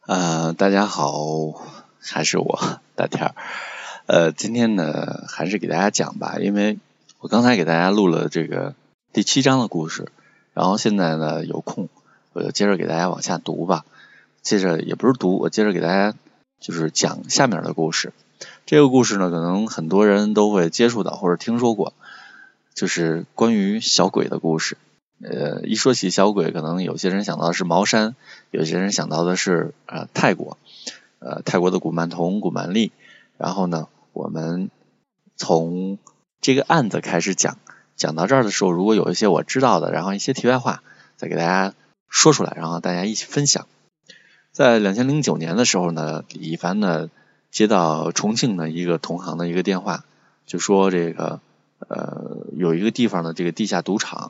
大家好，还是我大天儿。今天呢，还是给大家讲吧，因为我刚才给大家录了这个第7章的故事，然后现在呢有空，我就接着给大家往下读吧。接着也不是读，我接着给大家就是讲下面的故事。这个故事呢，可能很多人都会接触到或者听说过，就是关于小鬼的故事。一说起小鬼，可能有些人想到的是茅山，有些人想到的是泰国，泰国的古曼童、古曼丽。然后呢，我们从这个案子开始讲到这儿的时候，如果有一些我知道的，然后一些题外话，再给大家说出来，然后大家一起分享。在2009年的时候呢，李一凡呢接到重庆的一个同行的一个电话，就说这个有一个地方的这个地下赌场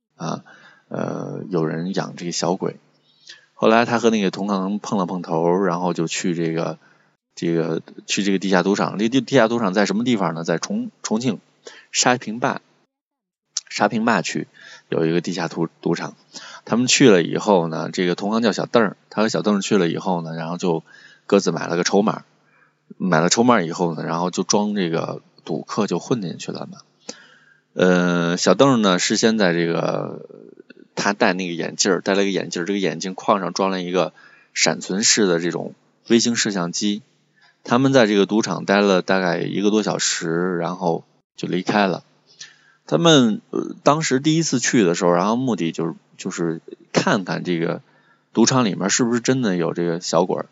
有人养这个小鬼。后来他和那个同行碰了碰头，然后就去这个地下赌场。这地下赌场在什么地方呢？在重庆沙坪坝区有一个地下赌场。他们去了以后呢，这个同行叫小邓，他和小邓去了以后呢，然后就各自买了个筹码。买了筹码以后呢，然后就装这个赌客就混进去了嘛。小邓呢事先在这个他戴了个眼镜，这个眼镜框上装了一个闪存式的这种微型摄像机。他们在这个赌场待了大概1个多小时，然后就离开了。他们当时第一次去的时候，然后目的就是看看这个赌场里面是不是真的有这个小鬼。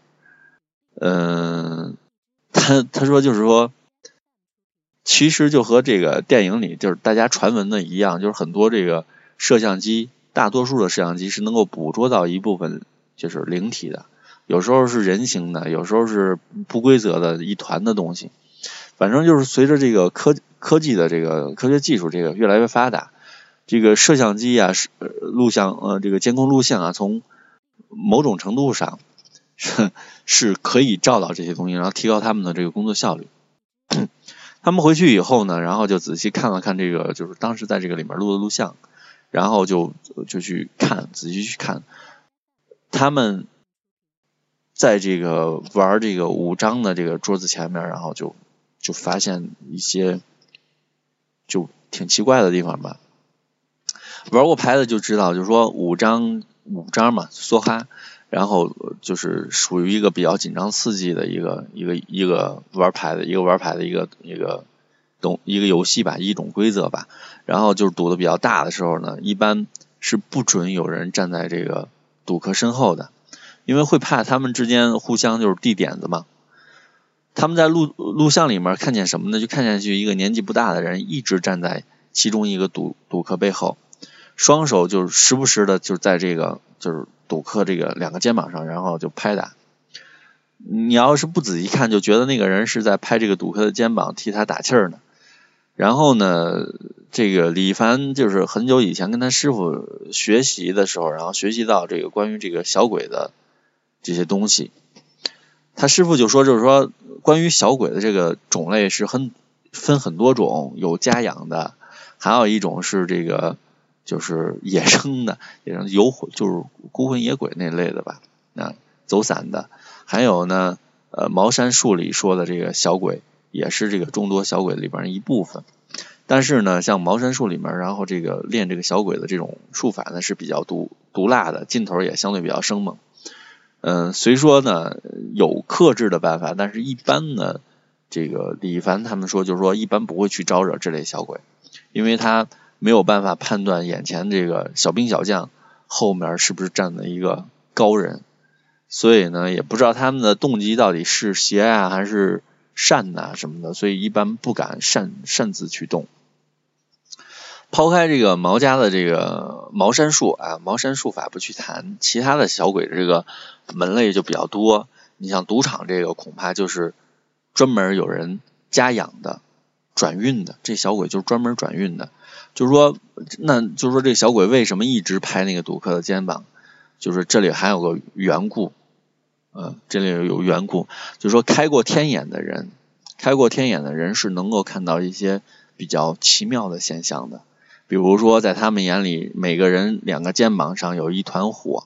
他说就是说，其实就和这个电影里就是大家传闻的一样，就是很多这个摄像机，大多数的摄像机是能够捕捉到一部分就是灵体的，有时候是人形的，有时候是不规则的一团的东西。反正就是随着这个科技的这个科学技术这个越来越发达，这个摄像机啊、录像这个监控录像啊，从某种程度上是可以照到这些东西，然后提高他们的这个工作效率。他们回去以后呢，然后就仔细看了看这个就是当时在这个里面录的录像，然后就去看，仔细去看。他们在这个玩这个5张的这个桌子前面，然后就发现一些就挺奇怪的地方吧。玩过牌的就知道，就是说5张嘛，梭哈，然后就是属于一个比较紧张刺激的一个玩牌的一个游戏吧，一种规则吧。然后就是赌的比较大的时候呢，一般是不准有人站在这个赌客身后的，因为会怕他们之间互相就是递点子嘛。他们在录像里面看见什么呢？就看见一个年纪不大的人一直站在其中一个赌客背后，双手就是时不时的就在这个就是赌客这个2个肩膀上，然后就拍打。你要是不仔细看，就觉得那个人是在拍这个赌客的肩膀替他打气儿呢。然后呢，这个李凡就是很久以前跟他师傅学习的时候，然后学习到这个关于这个小鬼的这些东西。他师傅就说，就是说关于小鬼的这个种类是分很多种，有家养的，还有一种是这个就是野生的，就是孤魂野鬼那类的吧，走散的。还有呢，茅山术里说的这个小鬼，也是这个众多小鬼里边的一部分。但是呢，像茅山术里面，然后这个练这个小鬼的这种术法呢是比较毒辣的，劲头也相对比较生猛。虽说呢有克制的办法，但是一般呢，这个李一凡他们说，就是说一般不会去招惹这类小鬼，因为他没有办法判断眼前这个小兵小将后面是不是站了一个高人，所以呢也不知道他们的动机到底是邪啊还是善啊什么的，所以一般不敢擅自去动。抛开这个茅家的这个茅山术茅山术法不去谈，其他的小鬼的这个门类就比较多。你像赌场这个，恐怕就是专门有人家养的、转运的，这小鬼就是专门转运的。就是说这小鬼为什么一直拍那个赌客的肩膀？就是这里还有个缘故，这里有缘故，就是说开过天眼的人是能够看到一些比较奇妙的现象的。比如说在他们眼里，每个人2个肩膀上有一团火，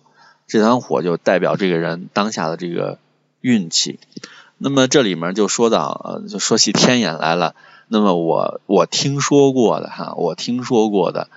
这团火就代表这个人当下的这个运气。那么这里面就说到就说起天眼来了。那么我听说过的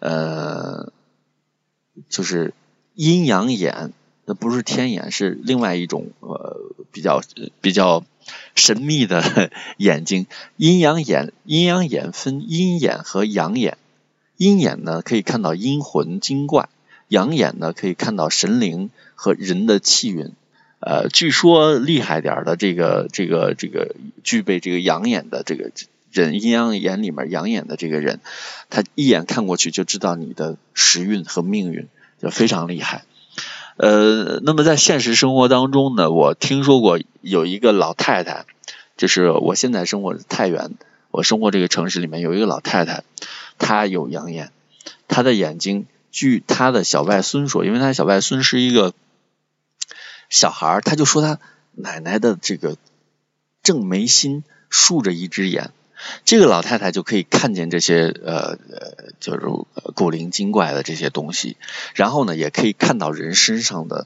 就是阴阳眼，那不是天眼，是另外一种比较神秘的眼睛。阴阳眼分阴眼和阳眼。阴眼呢可以看到阴魂精怪，阳眼呢可以看到神灵和人的气运。据说厉害点的这个具备这个阳眼的这个人，阴阳眼里面阳眼的这个人，他一眼看过去就知道你的时运和命运，就非常厉害。那么在现实生活当中呢，我听说过有一个老太太，就是我现在生活的太原，我生活这个城市里面有一个老太太，她有阳眼，她的眼睛，据她的小外孙说，因为她小外孙是一个小孩，他就说他奶奶的这个正眉心竖着一只眼，这个老太太就可以看见这些就是古灵精怪的这些东西，然后呢也可以看到人身上的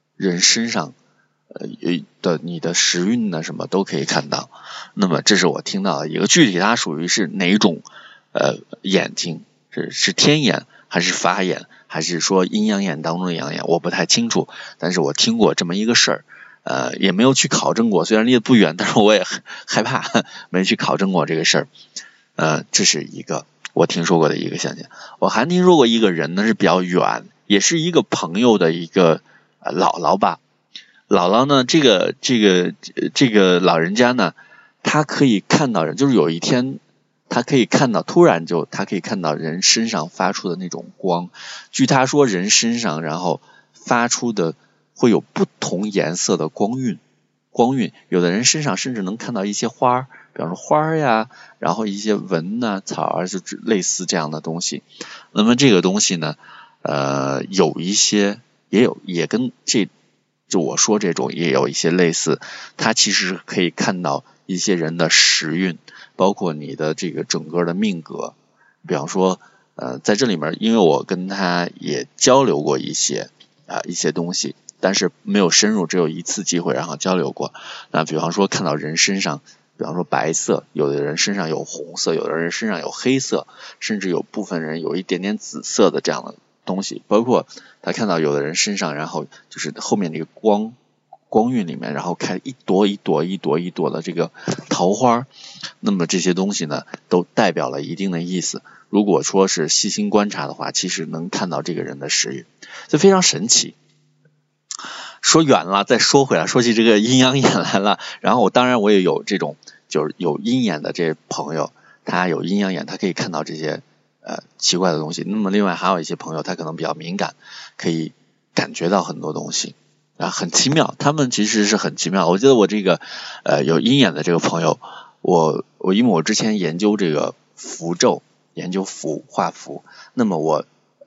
你的时运呢什么都可以看到。那么这是我听到的一个，具体它属于是哪种眼睛，是天眼还是法眼，还是说阴阳眼当中的阳眼，我不太清楚，但是我听过这么一个事儿，也没有去考证过，虽然离得不远，但是我也害怕没去考证过这个事儿。这是一个我听说过的一个现象。我还听说过一个人呢是比较远，也是一个朋友的一个姥姥吧。姥姥呢这个老人家呢，他可以看到人，就是有一天他可以看到，他可以看到人身上发出的那种光。据他说，人身上然后发出的会有不同颜色的光晕，有的人身上甚至能看到一些花，比方说花呀，然后一些纹啊、草啊，就类似这样的东西。那么这个东西呢，有一些也跟就我说这种也有一些类似，它其实可以看到一些人的时运，包括你的这个整个的命格。比方说在这里面，因为我跟他也交流过一些东西，但是没有深入，只有一次机会然后交流过。那比方说看到人身上，比方说白色，有的人身上有红色，有的人身上有黑色，甚至有部分人有一点点紫色的这样的东西。包括他看到有的人身上，然后就是后面这个光晕里面，然后开一朵一朵的这个桃花。那么这些东西呢都代表了一定的意思，如果说是细心观察的话，其实能看到这个人的时运，这非常神奇。说远了，再说回来，说起这个阴阳眼来了。然后当然我也有这种就是有阴眼的这些朋友，他有阴阳眼，他可以看到这些奇怪的东西。那么另外还有一些朋友，他可能比较敏感，可以感觉到很多东西很奇妙，他们其实是很奇妙。我记得我这个有阴眼的这个朋友，我因为我之前研究这个符咒，研究画符，那么我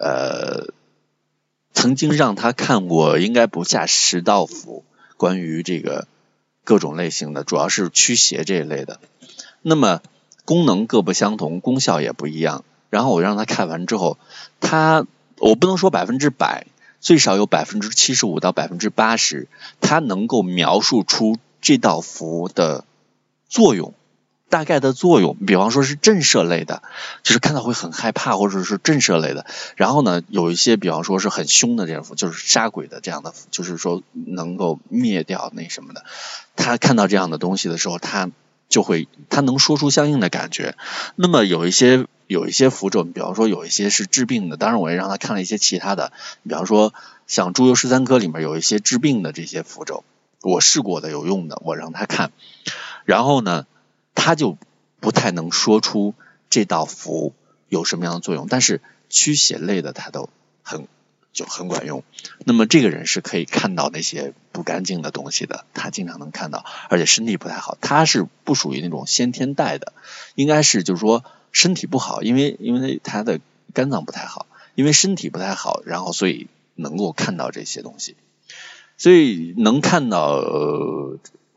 曾经让他看过应该不下10道符，关于这个各种类型的，主要是驱邪这一类的。那么功能各不相同，功效也不一样。然后我让他看完之后，我不能说100%，最少有75%到80%，他能够描述出这道符的作用，大概的作用。比方说是震慑类的，就是看到会很害怕，或者是震慑类的。然后呢有一些比方说是很凶的这种符，就是杀鬼的这样的符，就是说能够灭掉那什么的。他看到这样的东西的时候，他能说出相应的感觉。那么有一些符咒，比方说有一些是治病的，当然我也让他看了一些其他的，比方说像诸游13科里面有一些治病的这些符咒，我试过的有用的，我让他看。然后呢他就不太能说出这道符有什么样的作用，但是驱邪类的他都很管用。那么这个人是可以看到那些不干净的东西的，他经常能看到，而且身体不太好，他是不属于那种先天带的，应该是就是说身体不好，因为他的肝脏不太好，因为身体不太好，然后所以能够看到这些东西。所以能看到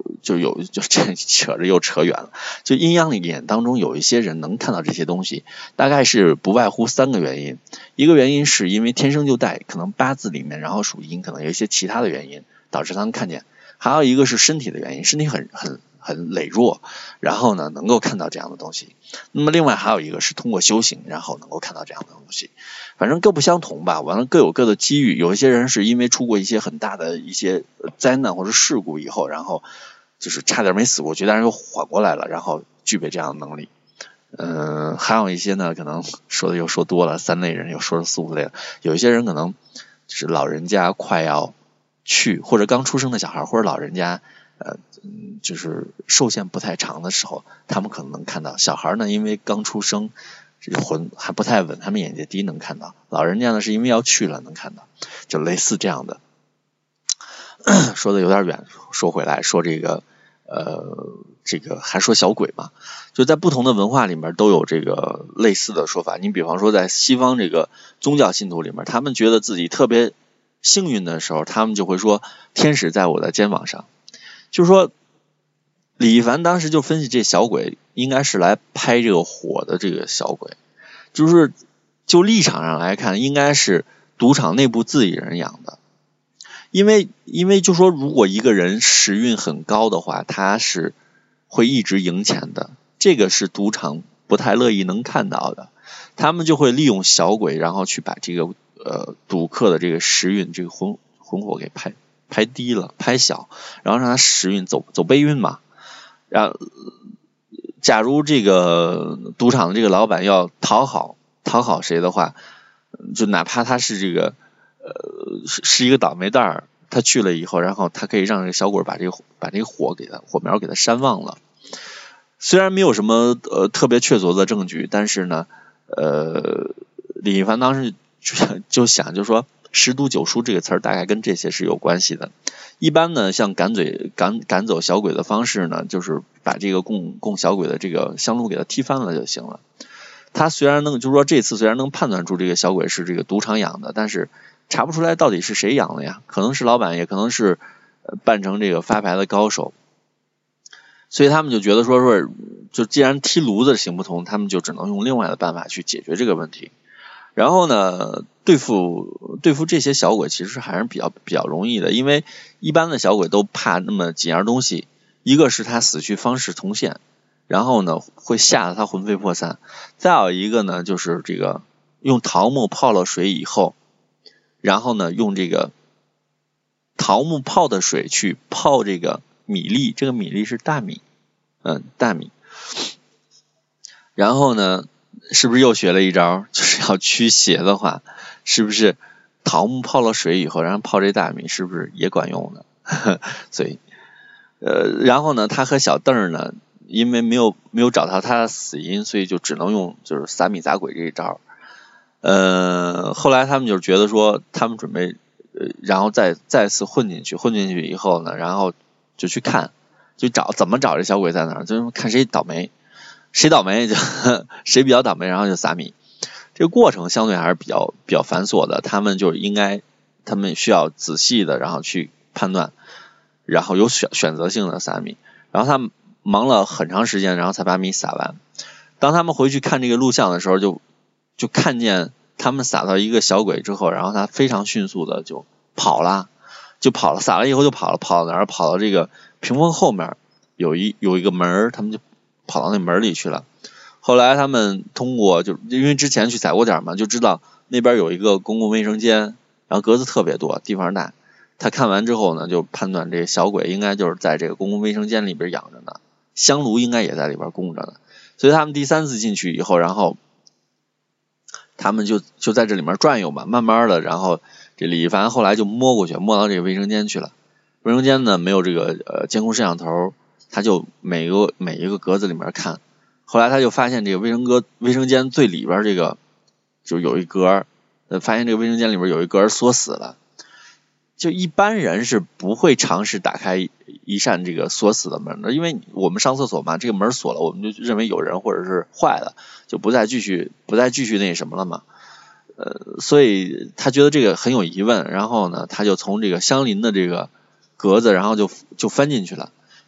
就这扯着又扯远了。就阴阳眼当中有一些人能看到这些东西，大概是不外乎3个原因。一个原因是因为天生就带，可能八字里面然后属阴，可能有一些其他的原因导致他能看见。还有一个是身体的原因，身体很羸弱，然后呢能够看到这样的东西。那么另外还有一个是通过修行，然后能够看到这样的东西。反正各不相同吧，完了各有各的机遇。有一些人是因为出过一些很大的一些灾难或者事故以后，然后就是差点没死过去，但是又缓过来了，然后具备这样的能力。还有一些呢，可能说的又说多了，3类人又说了4、5类了。有一些人可能就是老人家快要去，或者刚出生的小孩，或者老人家就是寿限不太长的时候，他们可能能看到。小孩呢，因为刚出生，这个魂还不太稳，他们眼界低能看到。老人家呢，是因为要去了能看到，就类似这样的。说的有点远，说回来，说这个还说小鬼嘛，就在不同的文化里面都有这个类似的说法。你比方说在西方这个宗教信徒里面，他们觉得自己特别幸运的时候，他们就会说天使在我的肩膀上。就是说李一凡当时就分析这小鬼应该是来拍这个火的这个小鬼，就是就立场上来看应该是赌场内部自己人养的。因为就说如果一个人时运很高的话，他是会一直赢钱的，这个是赌场不太乐意能看到的。他们就会利用小鬼，然后去把这个赌客的这个时运这个魂火给拍低了，拍小，然后让他时运走背运嘛。然后假如这个赌场的这个老板要讨好谁的话，就哪怕他是这个是一个倒霉蛋儿，他去了以后，然后他可以让这个小鬼把这个火苗给他煽旺了。虽然没有什么特别确凿的证据，但是呢李一凡当时就想，就说十赌九输这个词儿大概跟这些是有关系的。一般呢，像赶走小鬼的方式呢，就是把这个供小鬼的这个香炉给它踢翻了就行了。他虽然就是说这次虽然能判断出这个小鬼是这个赌场养的，但是查不出来到底是谁养的呀，可能是老板，也可能是扮成这个发牌的高手。所以他们就觉得说就既然踢炉子行不通，他们就只能用另外的办法去解决这个问题。然后呢，对付这些小鬼其实还是比较容易的，因为一般的小鬼都怕那么几样东西，一个是他死去方式重现，然后呢会吓得他魂飞魄散，再有一个呢就是这个用桃木泡了水以后，然后呢用这个桃木泡的水去泡这个米粒，这个米粒是大米，大米，然后呢是不是又学了一招，就是要驱邪的话，是不是桃木泡了水以后，然后泡这大米，是不是也管用呢？所以然后呢他和小邓呢因为没有找到他的死因，所以就只能用就是撒米砸鬼这一招。后来他们就觉得说他们准备然后再次混进去以后呢，然后就去看，就怎么找这小鬼在哪儿，就看谁倒霉就谁比较倒霉，然后就撒米。这个过程相对还是比较繁琐的，他们需要仔细的然后去判断，然后有选择性的撒米，然后他们忙了很长时间，然后才把米撒完。当他们回去看这个录像的时候，就看见他们撒到一个小鬼之后，然后他非常迅速的就跑了，撒了以后就跑到哪儿？跑到这个屏风后面有一个门，他们就跑到那门里去了。后来他们通过就因为之前去踩过点嘛，就知道那边有一个公共卫生间，然后格子特别多，地方大。他看完之后呢，就判断这个小鬼应该就是在这个公共卫生间里边养着呢，香炉应该也在里边供着呢。所以他们第3次进去以后，然后他们就在这里面转悠嘛，慢慢的，然后这李一凡后来就摸到这个卫生间去了。卫生间呢没有这个监控摄像头，他就每一个格子里面看。后来他就发现这个卫生间最里边这个就有一格，发现这个卫生间里边有一格锁死了。就一般人是不会尝试打开一扇这个锁死的门的，因为我们上厕所嘛，这个门锁了，我们就认为有人或者是坏了，就不再继续那什么了嘛。所以他觉得这个很有疑问，然后呢他就从这个相邻的这个格子，然后就翻进去了。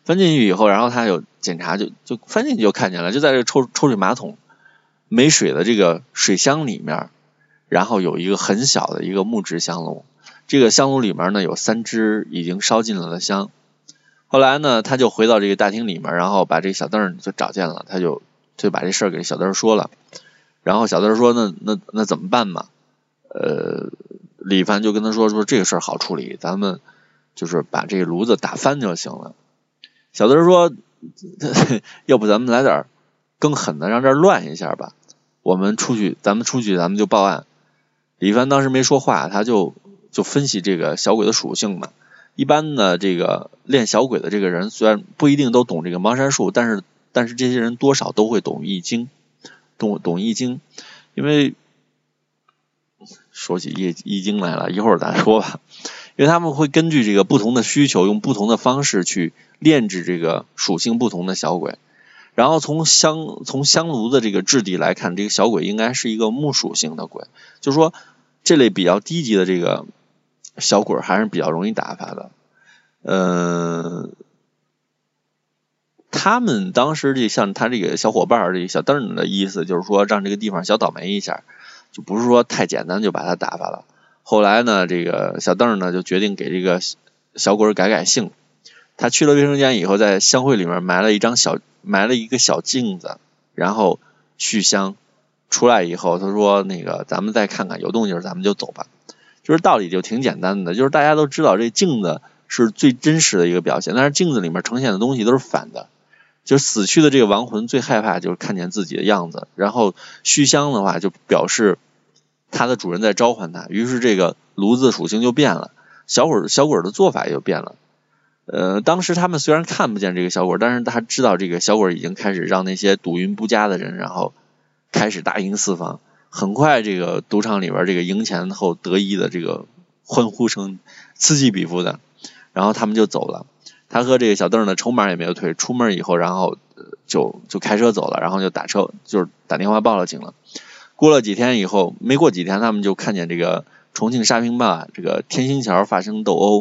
翻进去以后，然后他有检查，就翻进去就看见了，就在这个抽水马桶没水的这个水箱里面，然后有一个很小的一个木质香炉，这个香炉里面呢有3支已经烧尽了的香。后来呢，他就回到这个大厅里面，然后把这个小邓就找见了，他就把这事儿给小邓说了。然后小邓说那怎么办嘛？李凡就跟他说这个事儿好处理，咱们就是把这个炉子打翻就行了。小邓说要不咱们来点更狠的，让这儿乱一下吧，咱们出去咱们就报案。李凡当时没说话，他就分析这个小鬼的属性嘛。一般呢，这个练小鬼的这个人虽然不一定都懂这个茅山术，但是这些人多少都会懂易经，懂易经。因为说起易经来了，一会儿咱说吧。因为他们会根据这个不同的需求，用不同的方式去炼制这个属性不同的小鬼。然后从香炉的这个质地来看，这个小鬼应该是一个木属性的鬼，就是说这类比较低级的这个小鬼还是比较容易打发的。他们当时像他这个小伙伴这个小邓的意思就是说让这个地方小倒霉一下，就不是说太简单就把他打发了。后来呢，这个小邓呢就决定给这个小鬼改姓。他去了卫生间以后，在香会里面埋了一个小镜子，然后续香。出来以后，他说咱们再看看有动静咱们就走吧。就是道理就挺简单的，就是大家都知道这镜子是最真实的一个表现，但是镜子里面呈现的东西都是反的。就是死去的这个亡魂最害怕就是看见自己的样子，然后续香的话就表示他的主人在召唤他，于是这个炉子属性就变了，小鬼的做法也就变了。当时他们虽然看不见这个小鬼，但是他知道这个小鬼已经开始让那些赌运不佳的人，然后开始大赢四方。很快这个赌场里边这个赢钱后得意的这个欢呼声此起彼伏的，然后他们就走了。他和这个小邓的筹码也没有退，出门以后然后就开车走了，然后就打电话报了警了。过了几天以后，没过几天他们就看见这个重庆沙坪坝这个天星桥发生斗殴。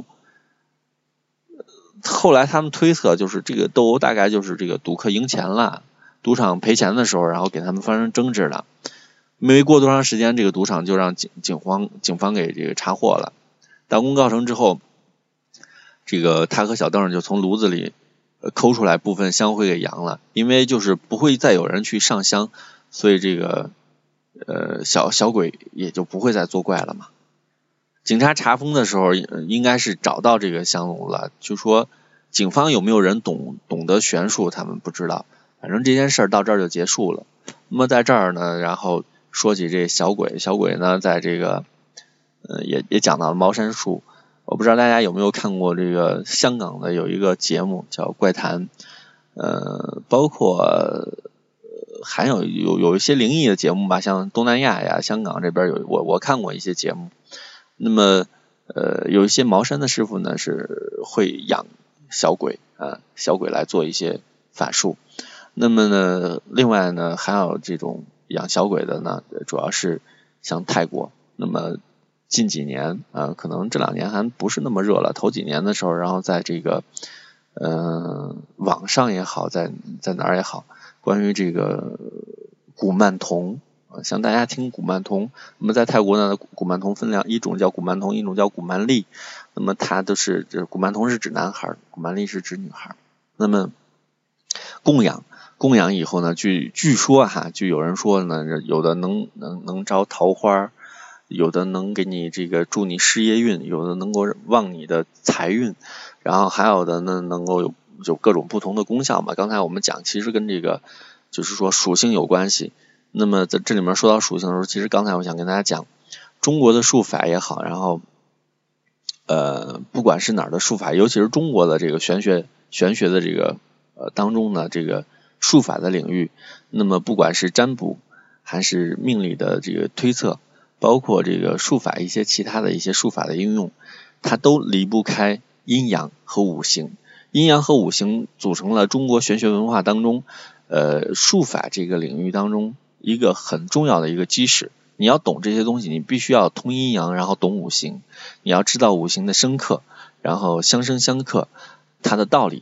后来他们推测就是这个斗殴大概就是这个赌客赢钱了，赌场赔钱的时候然后给他们发生争执了。没过多长时间，这个赌场就让警方给这个查获了。大功告成之后，这个他和小邓就从炉子里抠出来部分香灰给扬了，因为就是不会再有人去上香，所以这个小鬼也就不会再作怪了嘛。警察查封的时候应该是找到这个香炉了，就说警方有没有人懂得玄术他们不知道，反正这件事到这儿就结束了。那么在这儿呢，然后说起这小鬼呢在这个也讲到了茅山术。我不知道大家有没有看过这个香港的有一个节目叫怪谈，包括还有一些灵异的节目吧，像东南亚呀香港这边我看过一些节目。那么有一些茅山的师傅呢是会养小鬼来做一些法术。那么呢另外呢还有这种养小鬼的呢主要是像泰国。那么近几年可能这2年还不是那么热了，头几年的时候然后在这个网上也好在哪儿也好，关于这个古曼童，像大家听古曼童，那么在泰国呢古曼童分一种叫古曼童，一种叫古曼丽。那么它都是古曼童是指男孩，古曼丽是指女孩。那么供养以后呢，据说就有人说呢，有的能招桃花，有的能给你这个助你事业运，有的能够旺你的财运，然后还有的呢能够有各种不同的功效嘛。刚才我们讲其实跟这个就是说属性有关系。那么在这里面说到属性的时候，其实刚才我想跟大家讲中国的术法也好，然后不管是哪儿的术法，尤其是中国的这个玄学的这个当中呢，这个术法的领域，那么不管是占卜还是命理的这个推测，包括这个术法一些其他的一些术法的应用，它都离不开阴阳和五行。阴阳和五行组成了中国玄学文化当中术法这个领域当中一个很重要的一个基石。你要懂这些东西，你必须要通阴阳，然后懂五行，你要知道五行的生克，然后相生相克它的道理，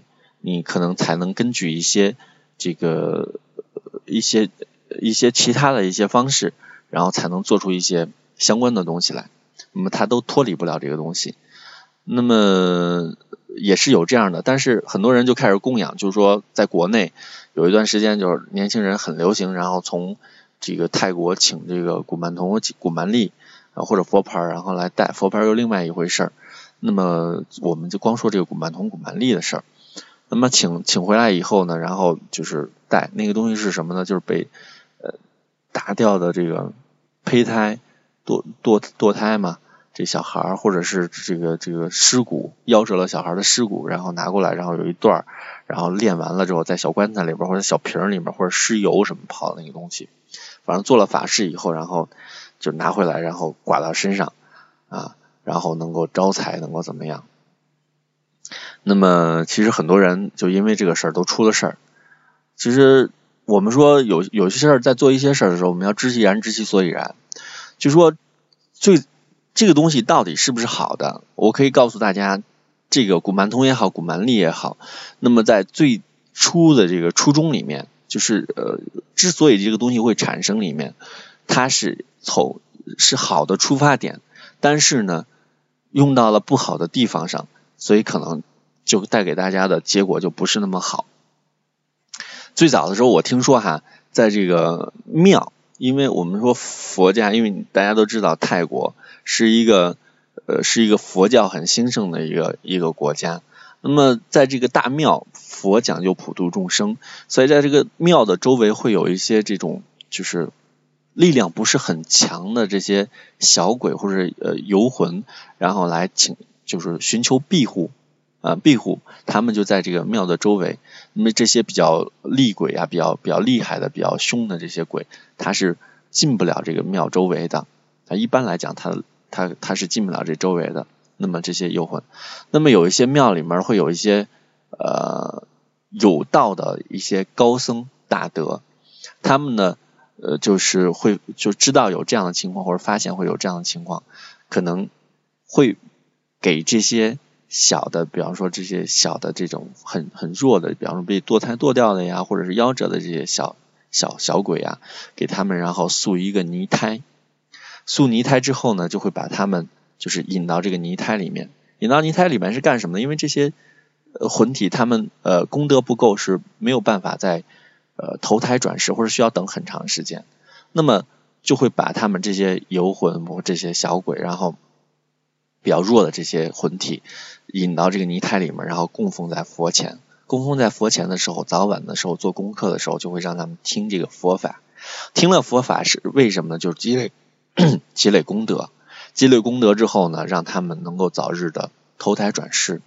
你可能才能根据一些这个一些其他的一些方式，然后才能做出一些相关的东西来，那么它都脱离不了这个东西。那么也是有这样的，但是很多人就开始供养，就是说在国内有一段时间就是年轻人很流行，然后从这个泰国请这个古曼童、古曼丽或者佛牌，然后来带佛牌又另外一回事儿。那么我们就光说这个古曼童、古曼丽的事儿。那么请回来以后呢，然后就是带那个东西是什么呢？就是被打掉的这个胚胎、堕胎嘛，这小孩或者是这个尸骨，夭折了小孩的尸骨，然后拿过来，然后有一段，然后炼完了之后，在小棺材里边或者小瓶里面或者尸油什么泡的那个东西，反正做了法事以后，然后就拿回来，然后挂到身上啊，然后能够招财，能够怎么样？那么其实很多人就因为这个事儿都出了事儿。其实我们说有些事儿在做一些事儿的时候，我们要知其然，知其所以然。就说这个东西到底是不是好的？我可以告诉大家，这个古曼童也好，古曼丽也好，那么在最初的这个初衷里面，就是之所以这个东西会产生里面，它是好的出发点，但是呢，用到了不好的地方上，所以可能就带给大家的结果就不是那么好。最早的时候我听说在这个庙，因为我们说佛家，因为大家都知道泰国是一个佛教很兴盛的一个国家。那么在这个大庙，佛讲究普度众生，所以在这个庙的周围会有一些这种就是力量不是很强的这些小鬼或者游魂，然后来就是寻求庇护，他们就在这个庙的周围。那么这些比较厉鬼啊，比较厉害的、比较凶的这些鬼，他是进不了这个庙周围的。一般来讲，他是进不了这周围的。那么这些幽魂，那么有一些庙里面会有一些有道的一些高僧大德，他们呢就是就知道有这样的情况，或者发现会有这样的情况，可能会给这些小的，比方说这些小的这种很弱的，比方说被堕胎堕掉的呀，或者是夭折的这些小鬼啊，给他们然后塑一个泥胎。塑泥胎之后呢，就会把他们就是引到这个泥胎里面。引到泥胎里面是干什么呢？因为这些魂体他们功德不够，是没有办法在投胎转世，或者需要等很长时间。那么就会把他们这些游魂或这些小鬼，然后比较弱的这些魂体引到这个泥胎里面，然后供奉在佛前。供奉在佛前的时候，早晚的时候做功课的时候，就会让他们听这个佛法。听了佛法是为什么呢？就是积累功德。积累功德之后呢，让他们能够早日的投胎转世。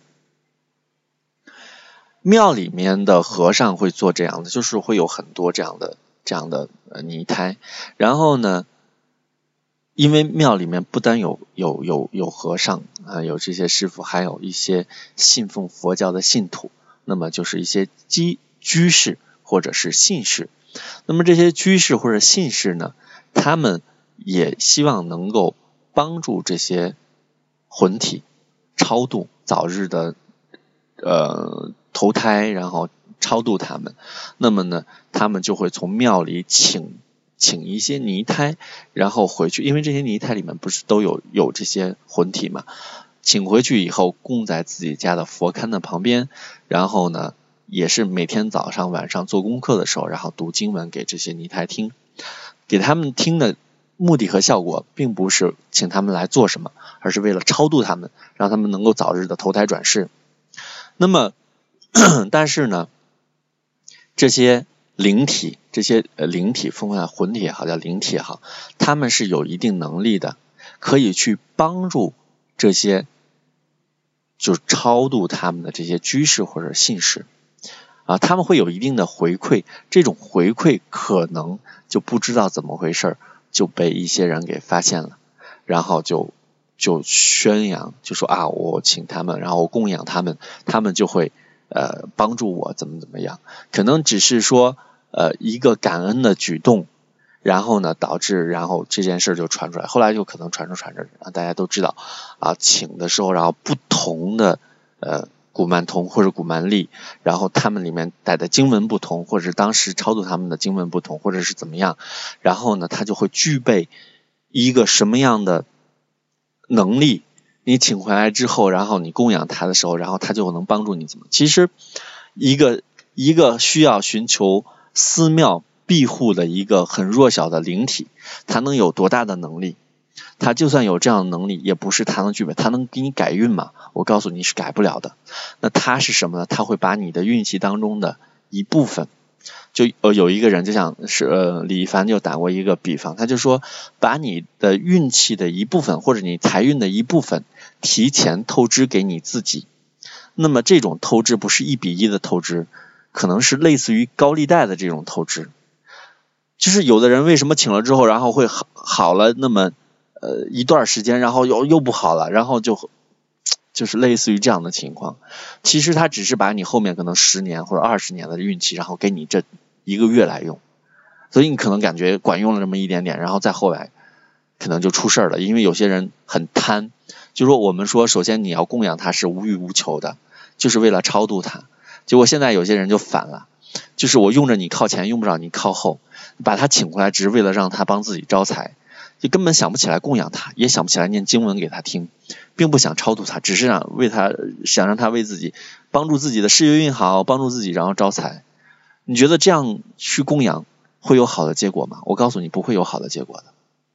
庙里面的和尚会做这样的，就是会有很多这样的泥胎。然后呢，因为庙里面不单有和尚有这些师傅，还有一些信奉佛教的信徒，那么就是一些居士或者是信士。那么这些居士或者信士呢，他们也希望能够帮助这些魂体超度，早日的投胎，然后超度他们。那么呢，他们就会从庙里请一些泥胎，然后回去，因为这些泥胎里面不是都有这些魂体嘛，请回去以后供在自己家的佛龛的旁边，然后呢，也是每天早上晚上做功课的时候，然后读经文给这些泥胎听。给他们听的目的和效果并不是请他们来做什么，而是为了超度他们，让他们能够早日的投胎转世。那么但是呢，这些灵体分为魂体也好，叫灵体也好，他们是有一定能力的，可以去帮助这些就是超度他们的这些居士或者信士他们会有一定的回馈。这种回馈可能就不知道怎么回事，就被一些人给发现了，然后就宣扬，就说我请他们，然后我供养他们，他们就会帮助我怎么样。可能只是说一个感恩的举动，然后呢导致然后这件事就传出来，后来就可能传着大家都知道请的时候，然后不同的古曼童或者古曼历，然后他们里面带的经文不同，或者是当时超度他们的经文不同，或者是怎么样，然后呢他就会具备一个什么样的能力，你请回来之后，然后你供养他的时候，然后他就能帮助你怎么。其实一个需要寻求寺庙庇护的一个很弱小的灵体，他能有多大的能力？他就算有这样的能力，也不是他能具备。他能给你改运吗？我告诉你是改不了的。那他是什么呢？他会把你的运气当中的一部分，就有一个人就像是李一凡就打过一个比方，他就说把你的运气的一部分或者你财运的一部分提前透支给你自己。那么这种透支不是1比1的透支，可能是类似于高利贷的这种透支。就是有的人为什么请了之后，然后会好了那么一段时间，然后又不好了，然后就是类似于这样的情况。其实他只是把你后面可能10年或者20年的运气，然后给你这1个月来用，所以你可能感觉管用了这么一点点，然后再后来可能就出事了。因为有些人很贪，就说我们说首先你要供养他是无欲无求的，就是为了超度他。结果现在有些人就反了，就是我用着你靠前，用不着你靠后，把他请回来只是为了让他帮自己招财，就根本想不起来供养他，也想不起来念经文给他听，并不想超度他，只是想让他为自己帮助自己的事业运好，帮助自己然后招财。你觉得这样去供养会有好的结果吗？我告诉你不会有好的结果的。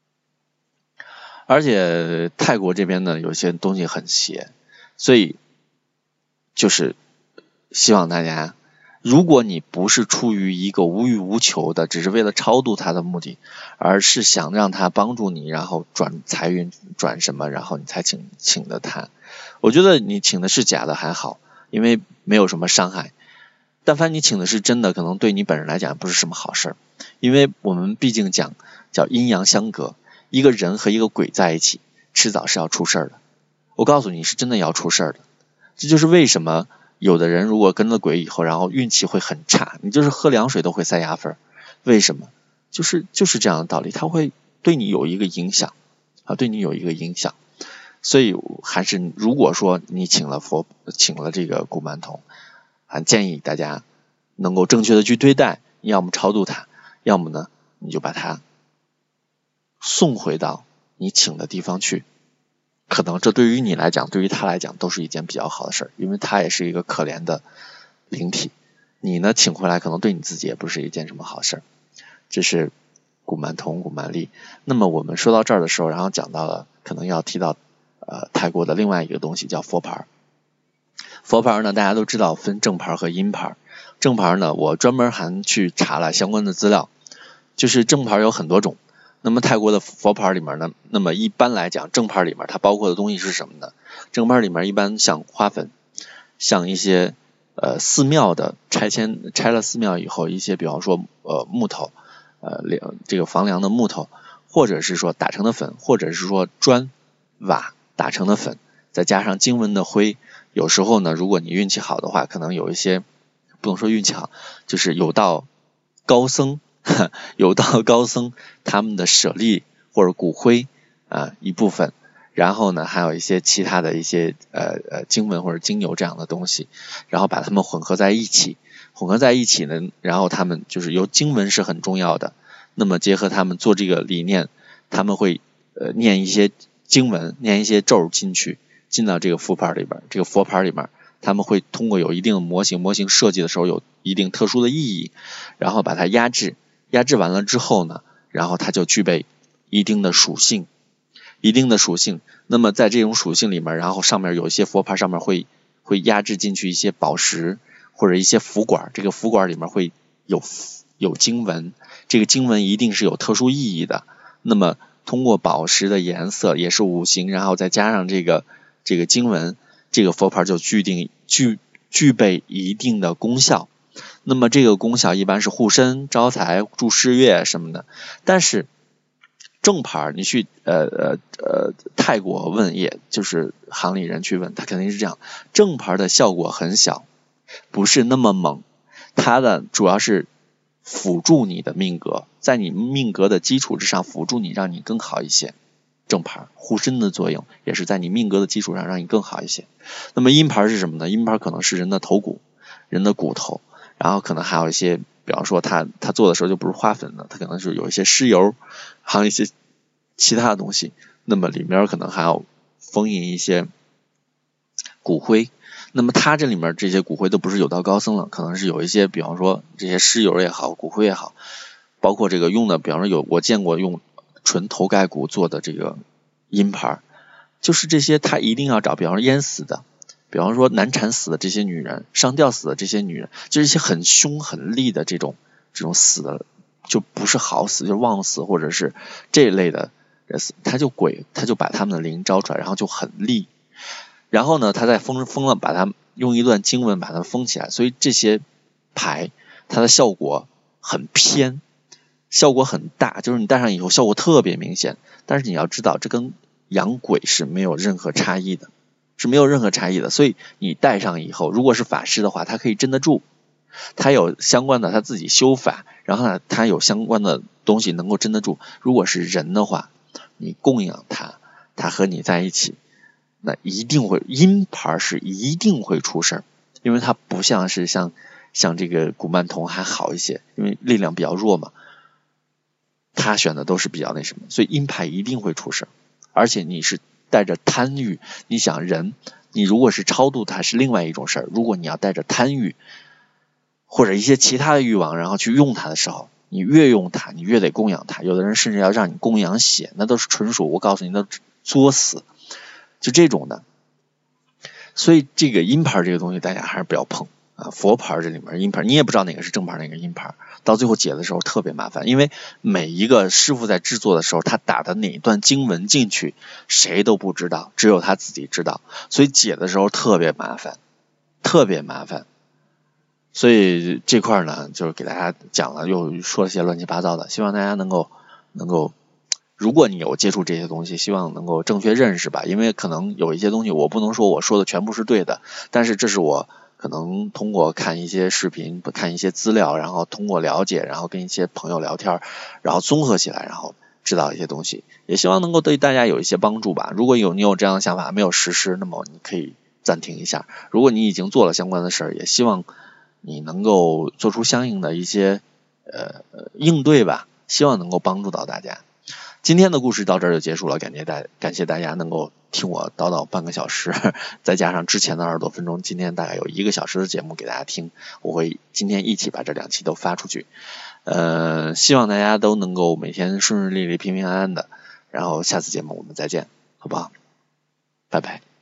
而且泰国这边呢有些东西很邪，所以就是希望大家，如果你不是出于一个无欲无求的，只是为了超度他的目的，而是想让他帮助你，然后转财运转什么，然后你才请的他，我觉得你请的是假的还好，因为没有什么伤害。但凡你请的是真的，可能对你本人来讲不是什么好事，因为我们毕竟讲叫阴阳相隔，一个人和一个鬼在一起，迟早是要出事的。我告诉你是真的要出事的。这就是为什么有的人如果跟了鬼以后，然后运气会很差，你就是喝凉水都会塞牙缝。为什么？就是这样的道理，它会对你有一个影响啊，对你有一个影响。所以还是如果说你请了这个古曼童，建议大家能够正确的去对待，要么超度他，要么呢你就把他送回到你请的地方去。可能这对于你来讲，对于他来讲都是一件比较好的事，因为他也是一个可怜的灵体，你呢请回来可能对你自己也不是一件什么好事。这是古曼童古曼历。那么我们说到这儿的时候，然后讲到了可能要提到泰国的另外一个东西叫佛牌。佛牌呢大家都知道分正牌和阴牌。正牌呢我专门还去查了相关的资料，就是正牌有很多种。那么泰国的佛牌里面呢，那么一般来讲正牌里面它包括的东西是什么呢？正牌里面一般像花粉，像一些寺庙的拆了寺庙以后一些比方说木头这个房梁的木头，或者是说打成的粉，或者是说砖瓦打成的粉，再加上经文的灰。有时候呢如果你运气好的话，可能有一些不能说运气好，就是有道高僧他们的舍利或者骨灰一部分，然后呢还有一些其他的一些经文或者精油这样的东西，然后把它们混合在一起呢，然后他们就是由经文是很重要的，那么结合他们做这个理念，他们会念一些经文，念一些咒进到这个佛牌里边，这个佛牌里面他们会通过有一定的模型设计的时候有一定特殊的意义，然后把它压制完了之后呢，然后它就具备一定的属性。那么在这种属性里面，然后上面有一些佛牌上面会压制进去一些宝石或者一些符管，这个符管里面会有经文，这个经文一定是有特殊意义的。那么通过宝石的颜色也是五行，然后再加上这个经文，这个佛牌就具备一定的功效。那么这个功效一般是护身、招财、助事业什么的。但是正牌你去泰国问，也就是行里人去问，他肯定是这样，正牌的效果很小，不是那么猛，它的主要是辅助你的命格，在你命格的基础之上辅助你，让你更好一些。 正牌，护身的作用，也是在你命格的基础上让你更好一些。那么阴牌是什么呢？阴牌可能是人的头骨、人的骨头，然后可能还有一些，比方说他做的时候就不是花粉的，他可能是有一些尸油，还有一些其他的东西，那么里面可能还要封印一些骨灰。那么它这里面这些骨灰都不是有道高僧了，可能是有一些，比方说这些尸油也好，骨灰也好，包括这个用的，比方说我见过用纯头盖骨做的这个阴牌，就是这些他一定要找，比方说淹死的，比方说难产死的这些女人，上吊死的这些女人，就是一些很凶很厉的这种死的，就不是好死，就是妄死或者是这一类的死，他就把他们的灵招出来，然后就很厉。然后呢，他再封了，把它用一段经文把它封起来，所以这些牌它的效果很偏，效果很大，就是你戴上以后效果特别明显。但是你要知道，这跟养鬼是没有任何差异的，所以你戴上以后，如果是法师的话，他可以镇得住，他有相关的他自己修法，然后呢，他有相关的东西能够镇得住。如果是人的话，你供养他和你在一起，那一定会阴牌是一定会出事儿，因为它不像是像这个古曼童还好一些，因为力量比较弱嘛，他选的都是比较那什么，所以阴牌一定会出事儿。而且你是带着贪欲，你想人，你如果是超度他是另外一种事儿，如果你要带着贪欲或者一些其他的欲望，然后去用它的时候，你越用它，你越得供养它。有的人甚至要让你供养血，那都是纯属我告诉你的作死。就这种的，所以这个阴牌这个东西大家还是不要碰啊。佛牌这里面阴牌你也不知道哪个是正牌哪个阴牌，到最后解的时候特别麻烦，因为每一个师傅在制作的时候，他打的哪一段经文进去谁都不知道，只有他自己知道，所以解的时候特别麻烦。所以这块呢就是给大家讲了，又说了些乱七八糟的，希望大家能够如果你有接触这些东西，希望能够正确认识吧，因为可能有一些东西我不能说我说的全部是对的，但是这是我可能通过看一些视频，看一些资料，然后通过了解，然后跟一些朋友聊天，然后综合起来，然后知道一些东西，也希望能够对大家有一些帮助吧。如果你有这样的想法没有实施，那么你可以暂停一下，如果你已经做了相关的事儿，也希望你能够做出相应的一些应对吧，希望能够帮助到大家。今天的故事到这儿就结束了，感谢大家能够听我叨叨半个小时，再加上之前的20多分钟，今天大概有1个小时的节目给大家听，我会今天一起把这2期都发出去。希望大家都能够每天顺顺利利、平平安安的，然后下次节目我们再见，好不好？拜拜。